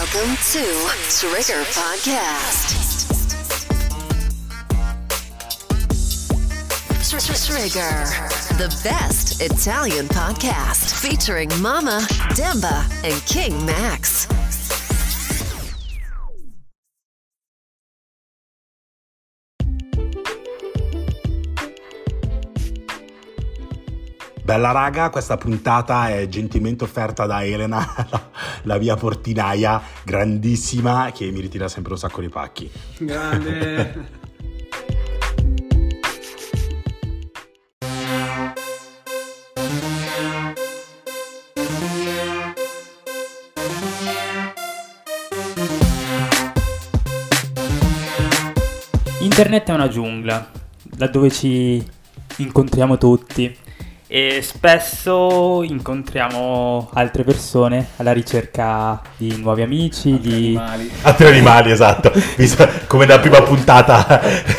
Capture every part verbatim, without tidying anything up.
Welcome to Trigger Podcast. Trigger, the best Italian podcast featuring Mama, Demba, and King Max. Bella raga, questa puntata è gentilmente offerta da Elena, la, la mia portinaia grandissima che mi ritira sempre un sacco di pacchi. Grande. Internet è una giungla, laddove ci incontriamo tutti. E spesso incontriamo altre persone alla ricerca di nuovi amici, altri di animali. Altri animali, esatto, come nella prima puntata.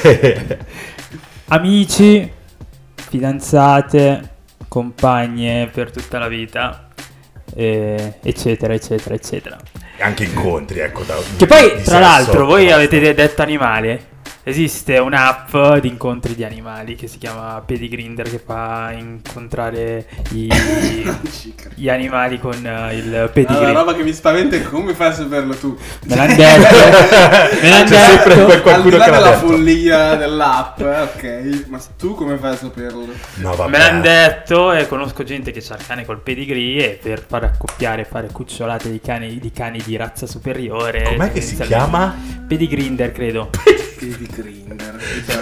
Amici, fidanzate, compagne per tutta la vita, eh, eccetera, eccetera, eccetera. E anche incontri, ecco. Da, Che poi, di tra sesso, l'altro, voi basta. avete detto animali. Esiste un'app di incontri di animali che si chiama Pedigrinder, che fa incontrare i, gli animali con uh, il pedigree. La roba che mi spaventa è come fai a saperlo tu. Me l'hanno detto. Me l'hanno C'è sempre detto. quel qualcuno Al di là che l'ha della detto. follia dell'app, eh, ok, ma tu come fai a saperlo? No, vabbè. Me l'hanno detto e conosco gente che c'ha il cane col pedigree e per far accoppiare e fare cucciolate di cani, di cani di razza superiore. Com'è che si tendenzialmente- chiama? Pedigrinder, credo. Di Grinder,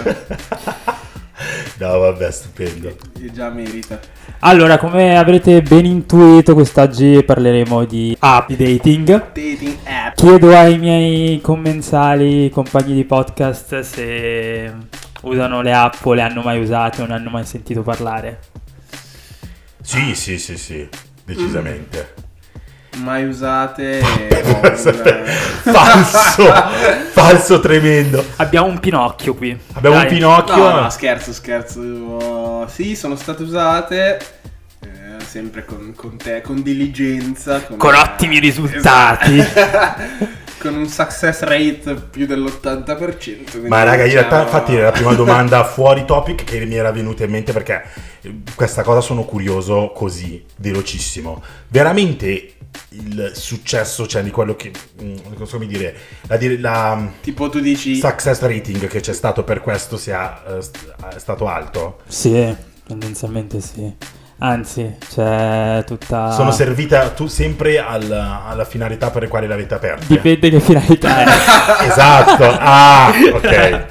No, vabbè, stupendo. già merita. Allora, come avrete ben intuito, quest'oggi parleremo di app di dating. Dating app. Chiedo ai miei commensali, compagni di podcast, se usano le app o le hanno mai usate o non hanno mai sentito parlare. Sì, sì, sì, sì, decisamente. Mai usate e no, non- Falso, falso tremendo. Abbiamo un Pinocchio qui. Abbiamo Dai. un Pinocchio. No, no, scherzo, scherzo. Sì, sono state usate eh, sempre con, con te, con diligenza. Con, Con ottimi risultati. Esatto. Con un success rate più dell'ottanta per cento. quindi Ma raga, in realtà diciamo- infatti era la prima domanda fuori topic che mi era venuta in mente, perché questa cosa sono curioso così, velocissimo. Veramente il successo, cioè di quello che, mm, non so come dire, la, dire- la Tipo tu dici... success rating che c'è stato per questo sia eh, st- è stato alto. Sì, tendenzialmente sì. Anzi, c'è tutta... Sono servita tu sempre al- alla finalità per le quali l'avete aperta. Dipende che finalità è. Esatto, ah, ok.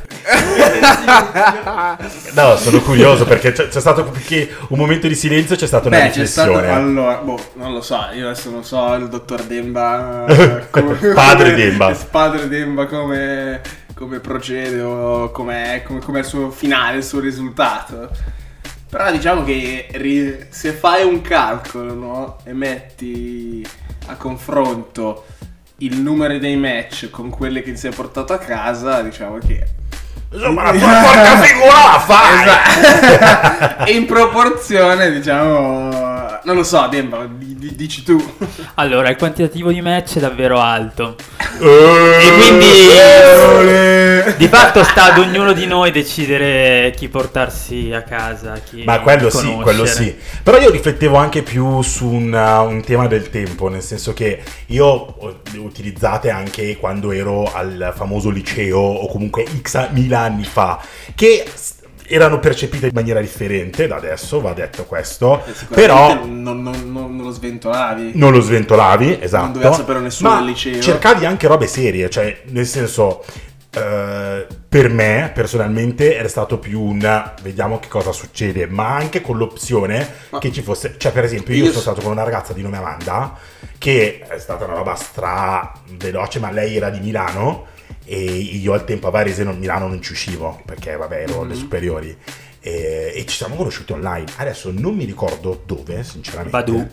No, sono curioso perché c'è, c'è stato perché un momento di silenzio, c'è stata una Beh, c'è stato... riflessione. Allora, boh, non lo so, io adesso non so il dottor Demba... eh, Padre Demba. il Padre Demba come, come procede o com'è, come, com'è il suo finale, il suo risultato. Però diciamo che ri- se fai un calcolo, no? E metti a confronto il numero dei match con quelle che ti sei portato a casa, diciamo che... Insomma, la tua porca figura la fai! Esatto. E in proporzione, diciamo... Non lo so, Demba, di- di- dici tu. Allora, il quantitativo di match è davvero alto. E quindi- Di fatto sta ad ognuno di noi decidere chi portarsi a casa, chi Ma quello sì, conoscere. quello sì. Però io riflettevo anche più su un, uh, un tema del tempo, nel senso che io ho- le ho utilizzate anche quando ero al famoso liceo o comunque x mila anni fa, che s- erano percepite in maniera differente da adesso, va detto questo, però non, non- non- non lo sventolavi. non lo sventolavi, esatto. Non doveva sapere nessuno ma del liceo. cercavi anche robe serie, cioè nel senso eh, per me personalmente era stato più un vediamo che cosa succede, ma anche con l'opzione Ma- che ci fosse, cioè per esempio io, Io sono s- stato con una ragazza di nome Amanda che è stata una roba stra veloce, ma lei era di Milano e io al tempo a Varese non, Milano non ci uscivo perché vabbè ero alle Mhm. superiori e, e ci siamo conosciuti online. Adesso non mi ricordo dove, sinceramente. Badoo.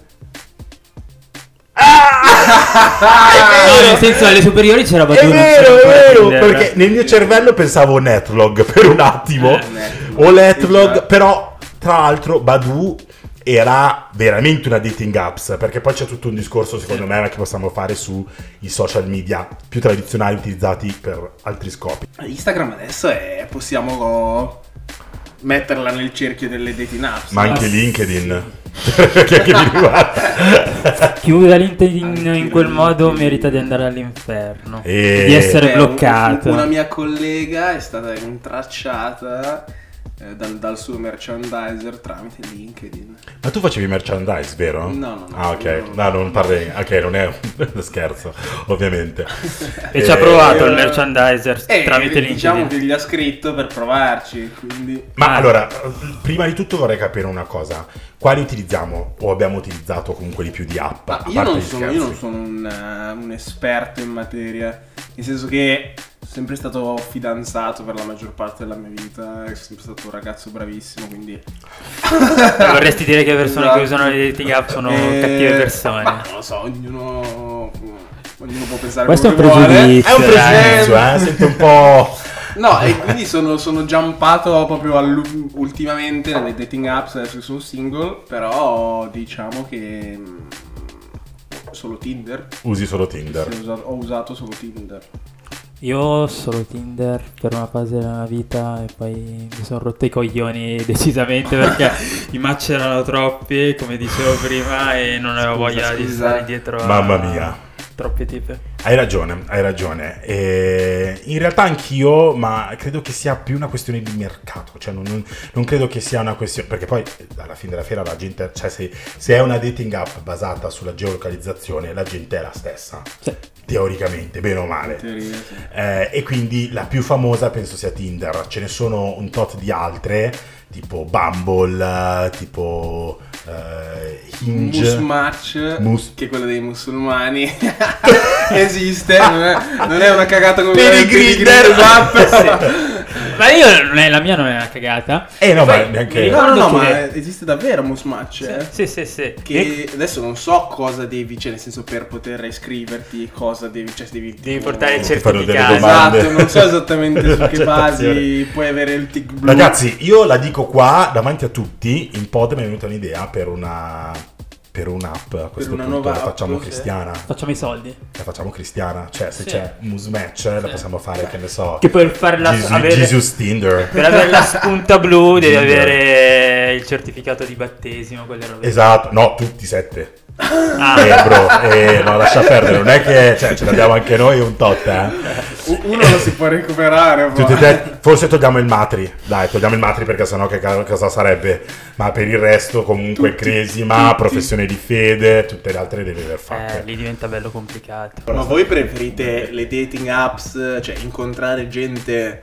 Ah, No, nel senso, alle superiori c'era Badoo. È non vero, c'era è ancora vero, Tinder. perché nel mio cervello pensavo Netlog per un attimo, Eh, Netlog. o Netlog, Esatto. però tra l'altro Badoo era veramente una dating apps, perché poi c'è tutto un discorso secondo me che possiamo fare sui social media più tradizionali utilizzati per altri scopi. Instagram adesso è, possiamo metterla nel cerchio delle dating apps, Ma anche no? LinkedIn. Perché che mi riguarda. Chiuda LinkedIn in quel modo merita di andare all'inferno, E- di essere Eh, bloccato. un- Una mia collega è stata intracciata eh, dal, dal suo merchandiser tramite LinkedIn. Ma tu facevi merchandise, vero? No, no, no. Ah, ok. No, No, non parli. Ok, non è uno scherzo, ovviamente. E ci ha Eh, provato eh, il merchandiser Eh, tramite LinkedIn. diciamo che gli ha scritto per provarci, quindi... Ma Ah. allora, prima di tutto vorrei capire una cosa. Quali utilizziamo o abbiamo utilizzato comunque di più di app? Ma a io parte non gli sono, scherzi? io non sono un, eh, un esperto in materia, nel senso che sono sempre stato fidanzato per la maggior parte della mia vita, sono sempre stato un ragazzo bravissimo, quindi... Vorresti dire che le persone Esatto. che usano le dating app sono Eh, cattive persone? Ma non lo so, ognuno, ognuno può pensare Questo è un quello che vuole. pregiudizio. È un pregiudizio, Eh, eh? Sento un po'... No, e quindi sono, sono jumpato proprio allu- ultimamente nelle dating apps, adesso che sono single, però diciamo che mm, solo Tinder. Usi solo Sì, Tinder. ho usato, ho usato solo Tinder. Io ho solo Tinder per una fase della mia vita e poi mi sono rotto i coglioni decisamente perché i match erano troppi, come dicevo prima, e non avevo Scusa, voglia di scusa. stare dietro a Mamma mia. troppe tipe. Hai ragione, hai ragione. E in realtà anch'io, ma credo che sia più una questione di mercato. Cioè, non, non- non credo che sia una questione. Perché poi alla fine della fiera la gente. Cioè, se, se è una dating app basata sulla geolocalizzazione, la gente è la stessa. Sì. Teoricamente, bene o male. In teoria, sì. Eh, e quindi la più famosa penso sia Tinder. Ce ne sono un tot di altre, tipo Bumble, eh, tipo eh, Hinge. Musmatch, Mus- che è quello dei musulmani, esiste, non è, non è una cagata come Per quella i del grinder. esatto. Ma io non è, la mia non è una cagata. Eh no, ma Poi neanche- mi No, no, ricordo no, che- ma esiste davvero Musmatch, eh? Sì, sì, sì. Che adesso non so cosa devi, cioè nel senso per poter iscriverti, cosa devi, cioè devi, Devi tipo- portare il Ti fanno delle certificato. domande. Esatto, non so esattamente su che L'accettazione. basi puoi avere il tick blu. Ragazzi, io la dico qua davanti a tutti. In pod mi è venuta un'idea per una per un'app. A questo una punto nuova la facciamo app, sì. cristiana. Facciamo i soldi. La facciamo cristiana. Cioè, se Sì. c'è Musmatch, la possiamo fare, che ne so. Che per fare la Jesus, avere, Jesus Tinder. per avere la spunta blu devi Tinder. avere il certificato di battesimo, quelle robe. Esatto, no, tutti sette. Ah, Eh, bro, eh, no, lascia perdere. Non è che, cioè, ce l'abbiamo anche noi un tot, eh. U- Uno lo si può recuperare poi. Tutti e tre- forse togliamo il matri, dai, togliamo il matri perché sennò che ca- cosa sarebbe? Ma per il resto comunque Tutti, cresima, tutti. professione di fede, tutte le altre devi aver eh, fatte. lì diventa bello complicato. Ma voi preferite le dating apps, cioè incontrare gente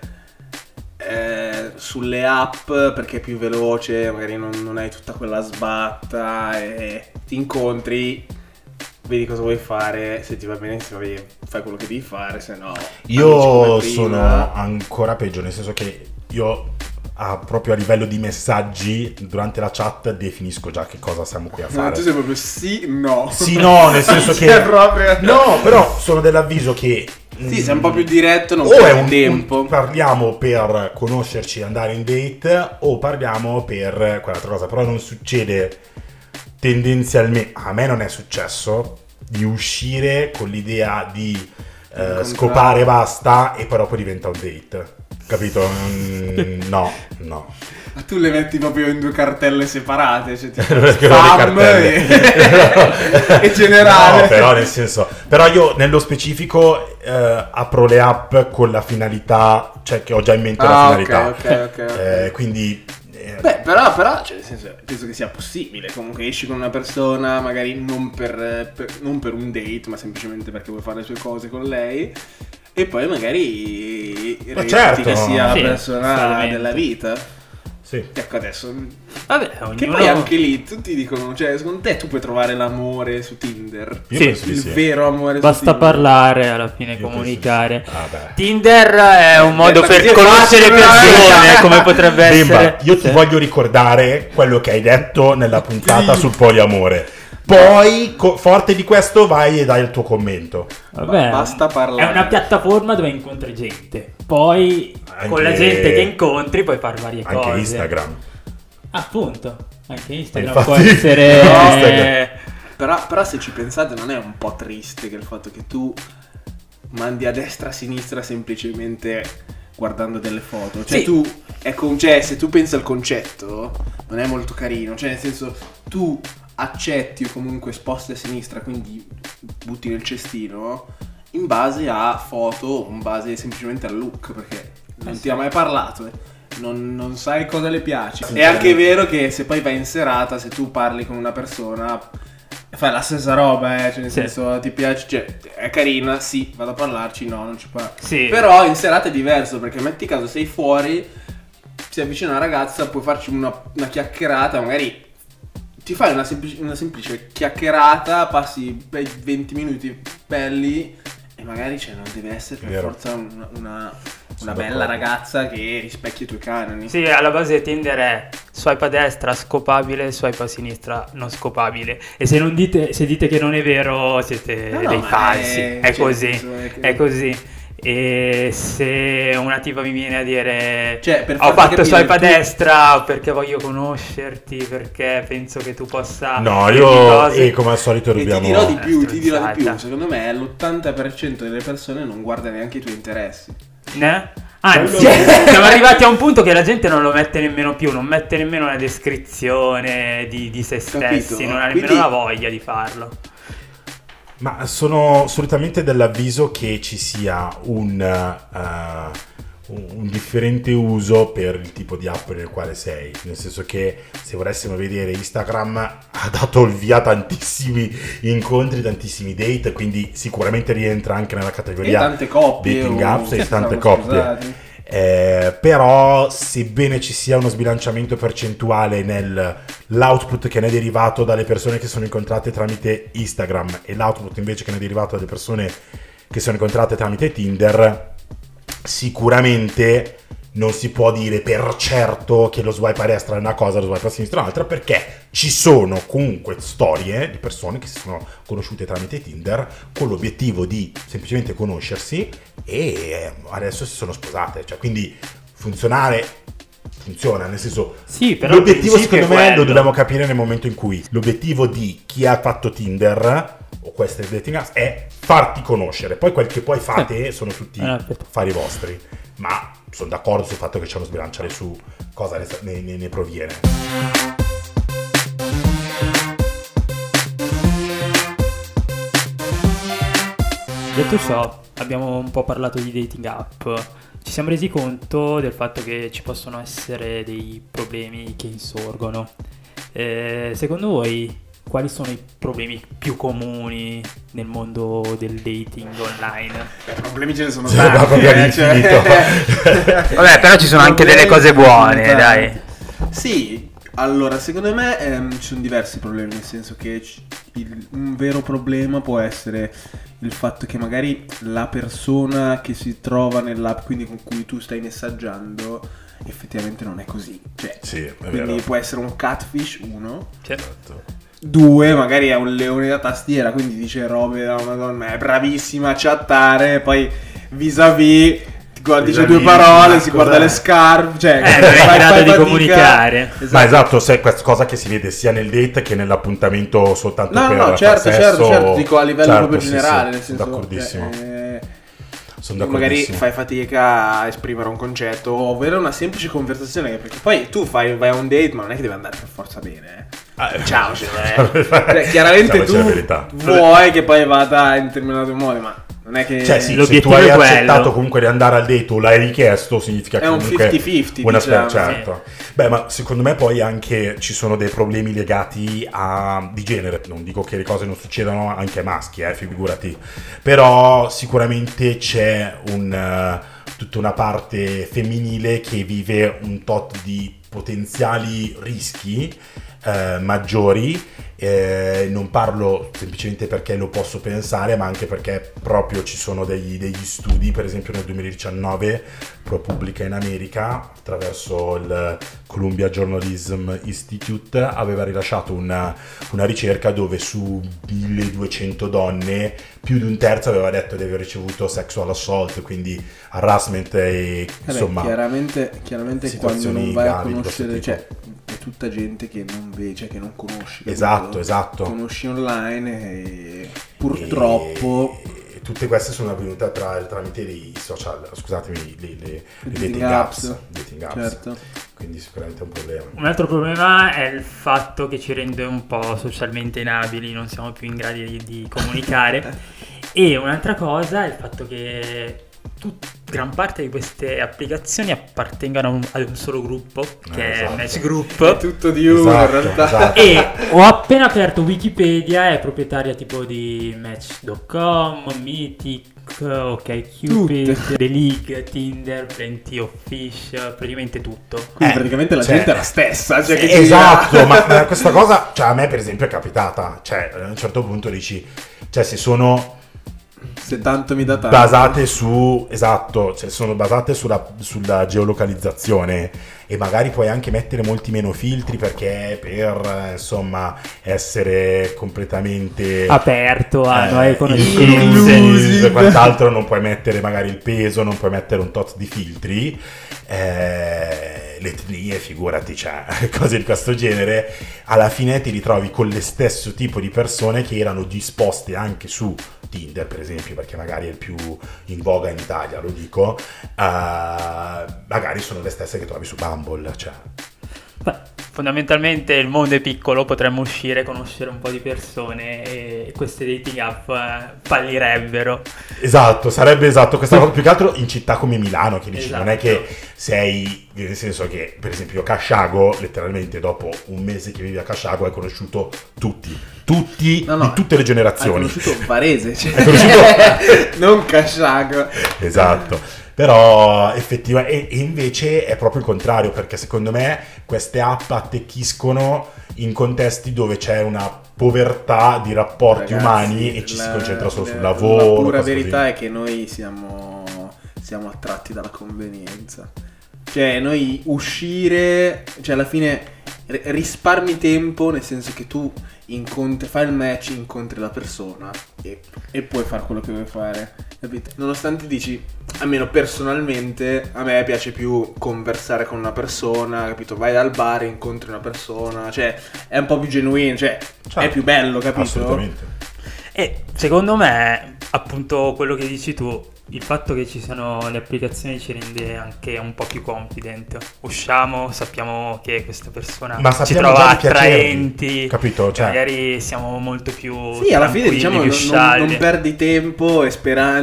eh, sulle app perché è più veloce, magari non, non hai tutta quella sbatta e ti incontri, vedi cosa vuoi fare, se ti va bene se va bene, fai quello che devi fare, se no... Io amici come prima. sono ancora peggio, nel senso che io a, proprio a livello di messaggi durante la chat definisco già che cosa siamo qui a No, fare. tu sei proprio sì, no. Sì, no, nel senso che... Cioè, proprio- No, però sono dell'avviso che... Sì, sei un po' più diretto, non o è perdi un tempo. un- parliamo per conoscerci e andare in date, o parliamo per quell'altra cosa, però non succede tendenzialmente, a me non è successo di uscire con l'idea di eh, Incontrare. scopare e basta e poi dopo diventa un date, capito? Mm, no, no. Ma tu le metti proprio in due cartelle separate, cioè tipo Perché non le spam cartelle. e, e generale. No, però nel senso, però io nello specifico eh, apro le app con la finalità, cioè che ho già in mente la Ah, finalità. ok, ok, ok, ok. Eh, quindi eh, Beh, però, però, cioè, nel senso, penso che sia possibile. Comunque esci con una persona, magari non per, per- non per un date, ma semplicemente perché vuoi fare le sue cose con lei. E poi magari Ma reputi certo. che sia Sì, la persona assolutamente. della vita. sì. Ecco adesso. Vabbè, Che ognuno... poi anche lì tutti dicono, cioè, secondo te tu puoi trovare l'amore su Tinder? Io Sì, penso di Il sì. vero amore su Basta Tinder. parlare, alla fine Io penso comunicare. di sì. Ah, beh. Tinder è un modo ma per che conoscere facile, persone, eh. come potrebbe Bimba, essere. io ti Sì. voglio ricordare quello che hai detto nella puntata sul poliamore. Poi, co- forte di questo, vai e dai il tuo commento. Vabbè, Basta parlare. È una piattaforma dove incontri gente. Poi Anche- con la gente che incontri puoi fare varie Anche cose. Instagram. Appunto. Anche Instagram Infatti, può essere... no, Instagram. Però, però se ci pensate non è un po' triste che il fatto che tu mandi a destra a sinistra semplicemente guardando delle foto? Cioè Sì. tu è con, cioè, se tu pensi al concetto non è molto carino. Cioè nel senso tu accetti o comunque sposti a sinistra, quindi butti nel cestino in base a foto, in base semplicemente al look, perché non Eh ti ha mai parlato, eh. Non, non sai cosa le piace. È anche vero che se poi vai in serata, se tu parli con una persona fai la stessa roba, eh. Cioè nel Sì. senso ti piace, cioè è carina, sì, vado a parlarci, no, non ci parlo. Sì. Però in serata è diverso, perché metti caso sei fuori, si avvicina una ragazza, puoi farci una, una chiacchierata, magari ti fai una semplice, una semplice chiacchierata, passi bei venti minuti belli e magari cioè, non deve essere per Vero. forza una, una, Sono una bella d'accordo. ragazza che rispecchia i tuoi canoni. Sì, alla base Tinder è swipe a destra scopabile, swipe a sinistra non scopabile. E se non dite, se dite che non è vero, siete No, no, dei ma falsi. è- È, cioè, così, nel senso è che- è così. E se una tipa mi viene a dire Cioè, per ho farti fatto capire, swipe a tu- destra perché voglio conoscerti, perché penso che tu possa No, dirmi io cose. e come al solito E ti dobbiamo... dirò di più, ti dirò di più. Stronzata. Secondo me l'ottanta per cento delle persone non guarda neanche i tuoi interessi. Ne? Anzi, Quello- siamo arrivati a un punto che la gente non lo mette nemmeno più, non mette nemmeno una descrizione di, di se stessi, Capito? non ha nemmeno Quindi- la voglia di farlo. Ma sono solitamente dell'avviso che ci sia un, uh, un un differente uso per il tipo di app nel quale sei. Nel senso che se volessimo vedere, Instagram ha dato il via a tantissimi incontri, tantissimi date, quindi sicuramente rientra anche nella E categoria tante coppie. dating o- apps e che tante stanno coppie. sposati. Eh, però sebbene ci sia uno sbilanciamento percentuale nell'output che ne è derivato dalle persone che sono incontrate tramite Instagram e l'output invece che ne è derivato dalle persone che sono incontrate tramite Tinder, sicuramente non si può dire per certo che lo swipe a destra è una cosa, lo swipe a sinistra è un'altra, perché ci sono comunque storie di persone che si sono conosciute tramite Tinder con l'obiettivo di semplicemente conoscersi e adesso si sono sposate, cioè quindi funzionare funziona, nel senso Sì, però l'obiettivo il principio secondo è me lo quello. dobbiamo capire nel momento in cui l'obiettivo di chi ha fatto Tinder o queste dating apps è farti conoscere, poi quel che poi fate sono tutti Eh, aspetta. affari vostri, ma sono d'accordo sul fatto che c'è uno sbilanciare su cosa ne, ne- ne- ne proviene. Detto ciò, abbiamo un po' parlato di dating app. Ci siamo resi conto del fatto che ci possono essere dei problemi che insorgono. Eh, secondo voi, quali sono i problemi più comuni nel mondo del dating online? Beh, problemi ce ne sono Sì, tanti. va proprio eh, all'infinito. Vabbè, però ci sono anche delle cose buone, Problemi dai. Sì, allora secondo me ehm, ci sono diversi problemi, nel senso che c- il- un vero problema può essere il fatto che magari la persona che si trova nell'app, quindi con cui tu stai messaggiando, effettivamente non è così. Cioè, Sì, è quindi vero. può essere un catfish, uno. Cioè, Due, magari è un leone da tastiera, quindi dice robe da una donna, è bravissima a chattare, poi vis-à-vis ti guarda- dice due Vis-à-vis, parole, ma si guarda cos'è? le scarpe, cioè Eh, non è in grado di fatica. comunicare. Ma esatto, se è questa cosa che si vede sia nel date che nell'appuntamento soltanto No, per no, no, certo, far certo, sesso. certo, dico a livello Certo, proprio sì, generale, sì, nel sono senso d'accordissimo. eh, Sono magari d'accordissimo. fai fatica a esprimere un concetto o avere una semplice conversazione, perché poi tu fai, vai a un date, ma non è che deve andare per forza bene. eh. Ah, eh. Ciao, cioè, cioè, chiaramente Diciamoci tu la verità. vuoi che poi vada in determinato modo, ma non è che Cioè sì, se tu L'obiettivo hai è quello. accettato comunque di andare al date o l'hai richiesto, significa È un comunque cinquanta cinquanta, una diciamo. certo. Beh, ma secondo me poi anche ci sono dei problemi legati a di genere, non dico che le cose non succedano anche ai maschi, eh, figurati. Però sicuramente c'è un eh, tutta una parte femminile che vive un tot di potenziali rischi eh, maggiori. Eh, non parlo semplicemente perché lo posso pensare, ma anche perché proprio ci sono degli, degli studi, per esempio nel duemiladiciannove ProPublica in America attraverso il Columbia Journalism Institute aveva rilasciato una, una ricerca dove su milleduecento donne più di un terzo aveva detto di aver ricevuto sexual assault, quindi harassment e Vabbè, insomma chiaramente, chiaramente quando situazioni non vai a gravi di questo conoscere, tipo. cioè, è tutta gente che non vede, cioè che non conosci. Capito? Esatto, esatto. Conosci online e purtroppo... E... tutte queste sono avvenute tra, tramite i social, scusatemi, le, le, le dating, dating apps, apps. dating apps. Certo. Quindi sicuramente è un problema. Un altro problema è il fatto che ci rende un po' socialmente inabili, non siamo più in grado di, di comunicare. E un'altra cosa è il fatto che tut- gran parte di queste applicazioni appartengano a un, ad un solo gruppo, che Eh, è esatto. Match Group. È tutto di uno in Esatto, realtà. esatto. E ho appena aperto Wikipedia, è proprietaria tipo di Match punto com, Mythic, OkCupid, The League, Tinder, Plenty of Fish, praticamente tutto. Quindi Eh, praticamente la cioè- gente è la stessa. Cioè che Esatto, sia- ma, ma questa cosa, cioè, a me per esempio è capitata, cioè a un certo punto dici, cioè se sono Se tanto mi dà tanto. basate su, esatto, cioè sono basate sulla, sulla geolocalizzazione e magari puoi anche mettere molti meno filtri perché per eh, insomma essere completamente Aperto a eh, nuove conoscenze. inclusive, quant'altro, non puoi mettere magari il peso, non puoi mettere un tot di filtri, eh, le etnie, figurati, cioè cose di questo genere. Alla fine ti ritrovi con lo stesso tipo di persone che erano disposte anche su Tinder, per esempio, perché magari è il più in voga in Italia, lo dico, eh, magari sono le stesse che trovi su Bumble, cioè. Beh, fondamentalmente il mondo è piccolo, potremmo uscire, conoscere un po' di persone e queste dating app eh, fallirebbero. Esatto, sarebbe esatto questa cosa, più che altro in città come Milano, che dici, Esatto. non è che sei, nel senso che, per esempio, Casciago, letteralmente dopo un mese che vivi a Casciago hai conosciuto tutti, tutti, No, no, di tutte le Hai generazioni. conosciuto Varese, cioè. Hai conosciuto- non Casciago. Esatto, però effettivamente, e, e invece è proprio il contrario, perché secondo me queste app attecchiscono in contesti dove c'è una povertà di rapporti Ragazzi, umani e ci la- si concentra solo sul la- lavoro. La pura cose verità così. è che noi siamo, siamo attratti dalla convenienza. Cioè, noi uscire, cioè alla fine ri- risparmi tempo, nel senso che tu incontri, fai il match, incontri la persona e, e puoi fare quello che vuoi fare, capito? Nonostante dici, almeno personalmente, a me piace più conversare con una persona, capito? Vai al bar, incontri una persona, cioè è un po' più genuino, cioè Certo, è più bello, capito? Assolutamente. E secondo me, appunto, quello che dici tu, il fatto che ci siano le applicazioni ci rende anche un po' più confident. Usciamo, sappiamo che questa persona Ma ci sappiamo trova già di piacergli, attraenti, capito? Cioè- magari siamo molto più Sì, alla fine tranquilli, diciamo più non, non, scialli. non perdi tempo e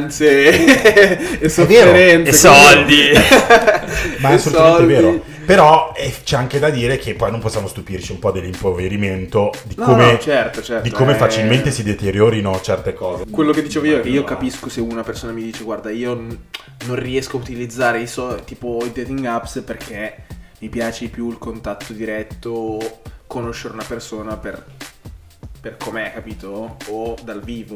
speranze e sofferenze. E soldi. Ma è E assolutamente soldi. vero. Però eh, c'è anche da dire che poi non possiamo stupirci un po' dell'impoverimento, di No, come, no, certo, certo, di come eh. facilmente si deteriorino certe cose. Quello che dicevo io è che io capisco se una persona mi dice guarda io n- non riesco a utilizzare i so- tipo i dating apps perché mi piace più il contatto diretto, conoscere una persona per, per com'è, capito? O dal vivo.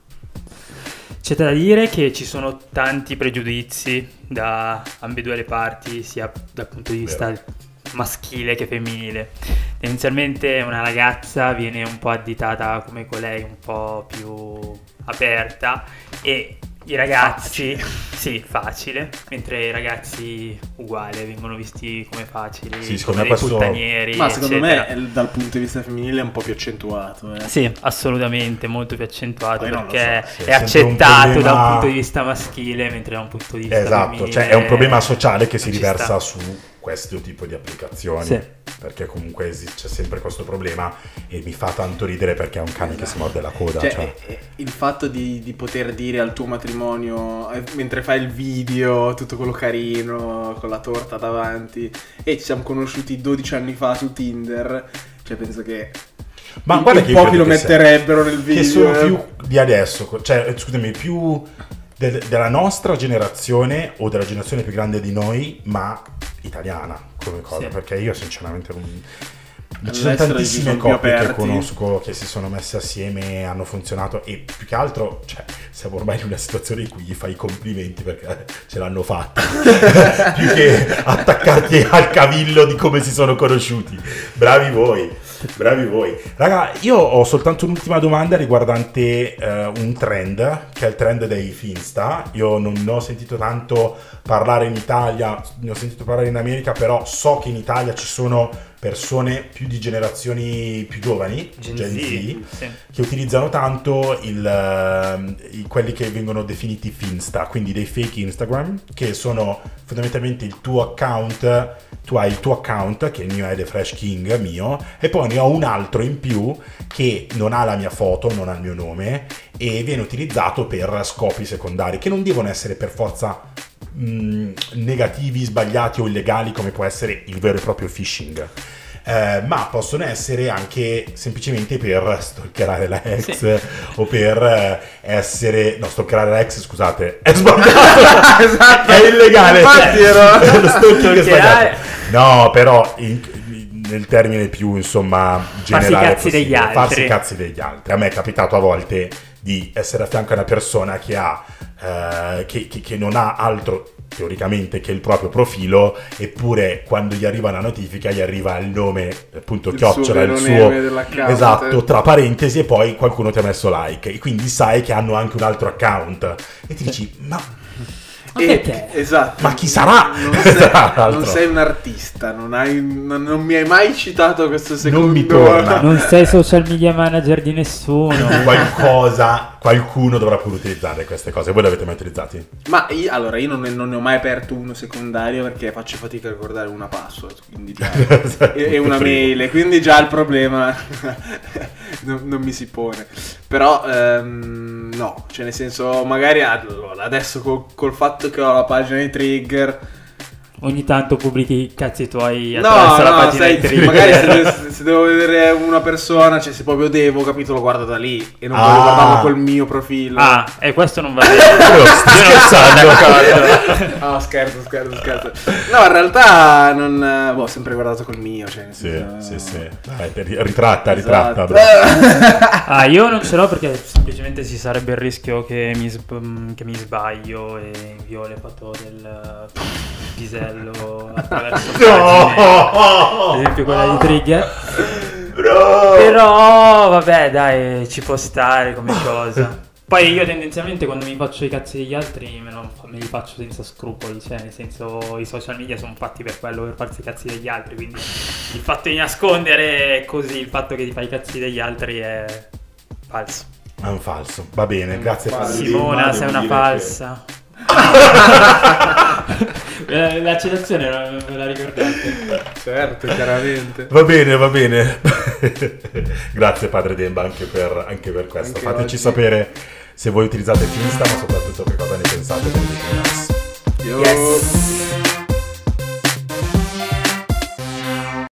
C'è da dire che ci sono tanti pregiudizi da ambedue le parti, sia dal punto di vista Vero. maschile che femminile. Tendenzialmente una ragazza viene un po' additata come colei un po' più aperta e i ragazzi, sì, facile, mentre i ragazzi uguale vengono visti come facili, Sì, secondo come me dei questo- puttanieri, Ma secondo eccetera. me eh, dal punto di vista femminile è un po' più accentuato. Eh. Sì, assolutamente, molto più accentuato Poi non lo perché so, sì, è è sempre un accettato da problema- un punto di vista maschile, mentre da un punto di vista Esatto, femminile cioè è un problema sociale che si non ci riversa sta. su questo tipo di applicazioni, Sì. perché comunque esi- c'è sempre questo problema e mi fa tanto ridere perché è un cane che si morde la coda. Cioè, Cioè, eh, eh, il fatto di, di poter dire al tuo matrimonio eh, mentre fai il video tutto quello carino con la torta davanti e ci siamo conosciuti dodici anni fa su Tinder, cioè penso che Ma in- guarda in che io pochi credo lo che sia- metterebbero nel video. che sono eh. più di adesso, cioè eh, scusami, più del- della nostra generazione o della generazione più grande di noi, ma italiana come cosa, Sì. perché io sinceramente non... Ci sono All'estero tantissime sono più coppie che aperti. conosco che si sono messe assieme e hanno funzionato e più che altro, cioè, siamo ormai in una situazione in cui gli fai i complimenti perché ce l'hanno fatta più che attaccarti al cavillo di come si sono conosciuti. Bravi voi, bravi voi. Raga, io ho soltanto un'ultima domanda riguardante eh, un trend, che è il trend dei Finsta. Io non ne ho sentito tanto parlare in Italia, ne ho sentito parlare in America, però so che in Italia ci sono persone più di generazioni più giovani, Gen Gen Z, Z, sì. che utilizzano tanto il, uh, i, quelli che vengono definiti finsta, quindi dei fake Instagram, che sono fondamentalmente il tuo account. Tu hai il tuo account, che il mio è The Fresh King, mio, e poi ne ho un altro in più che non ha la mia foto, non ha il mio nome, e viene utilizzato per scopi secondari, che non devono essere per forza mh, negativi, sbagliati o illegali, come può essere il vero e proprio phishing. Eh, ma possono essere anche semplicemente per stalkerare la ex, sì. o per eh, essere no stalkerare la ex, scusate, è sbagliato. Esatto. È illegale. Infatti ero lo stalking è sbagliato. No, però in, in, nel termine più insomma generale, farsi i cazzi degli altri. Farsi i cazzi degli altri. A me è capitato a volte di essere a fianco a una persona che ha eh, che, che, che non ha altro teoricamente che il proprio profilo, eppure quando gli arriva una notifica gli arriva il nome, appunto, il chiocciola, il suo, esatto, tra parentesi, e poi qualcuno ti ha messo like, e quindi sai che hanno anche un altro account e ti dici ma Ma perché? Esatto. Ma chi sarà? Non sei, non sei un artista, non, hai, non, non mi hai mai citato questo secondo. Non mi torna. Non sei social media manager di nessuno. Qualcosa, qualcuno dovrà pure utilizzare queste cose. Voi le avete mai utilizzati? Ma io, allora, io non ne, non ne ho mai aperto uno secondario perché faccio fatica a ricordare una password, quindi già, e, e una mail, quindi già il problema non, non mi si pone. Però ehm, no, cioè nel senso, magari allora, adesso col, col fatto che ho la pagina di Trigger, ogni tanto pubblichi i cazzi tuoi no, attraverso no, la pagina sai, di Trigger. magari se, se devo vedere una persona, cioè se proprio devo, capito, lo guardo da lì e non Ah. voglio guardarlo col mio profilo. Ah, e questo non va bene. Io sto scherzando. No, scherzo, scherzo, scherzo. No, in realtà non boh, ho sempre guardato col mio, cioè nel Sì, senso- sì, sì. Dai, ritratta, ritratta. Esatto. bro. Ah, io non ce l'ho perché semplicemente ci sarebbe il rischio che mi, sb- che mi sbaglio e invio le foto del pisello attraverso pagine, ad esempio quella di Trigger. Bro! Però vabbè, dai, ci può stare come cosa. Poi io tendenzialmente quando mi faccio i cazzi degli altri me, lo, me li faccio senza scrupoli, cioè nel senso i social media sono fatti per quello, per farsi i cazzi degli altri, quindi il fatto di nascondere così il fatto che ti fai i cazzi degli altri è falso. È un falso. Va bene, grazie padre. Simona, Devo sei una dire falsa. Eh, La citazione non ve la ricordate? Certo, chiaramente. che- Va bene, va bene. Grazie padre Demba anche per, anche per questo. Anche Fateci oggi. sapere se voi utilizzate Finsta, ma soprattutto che cosa ne pensate per i Max. Io... Yes.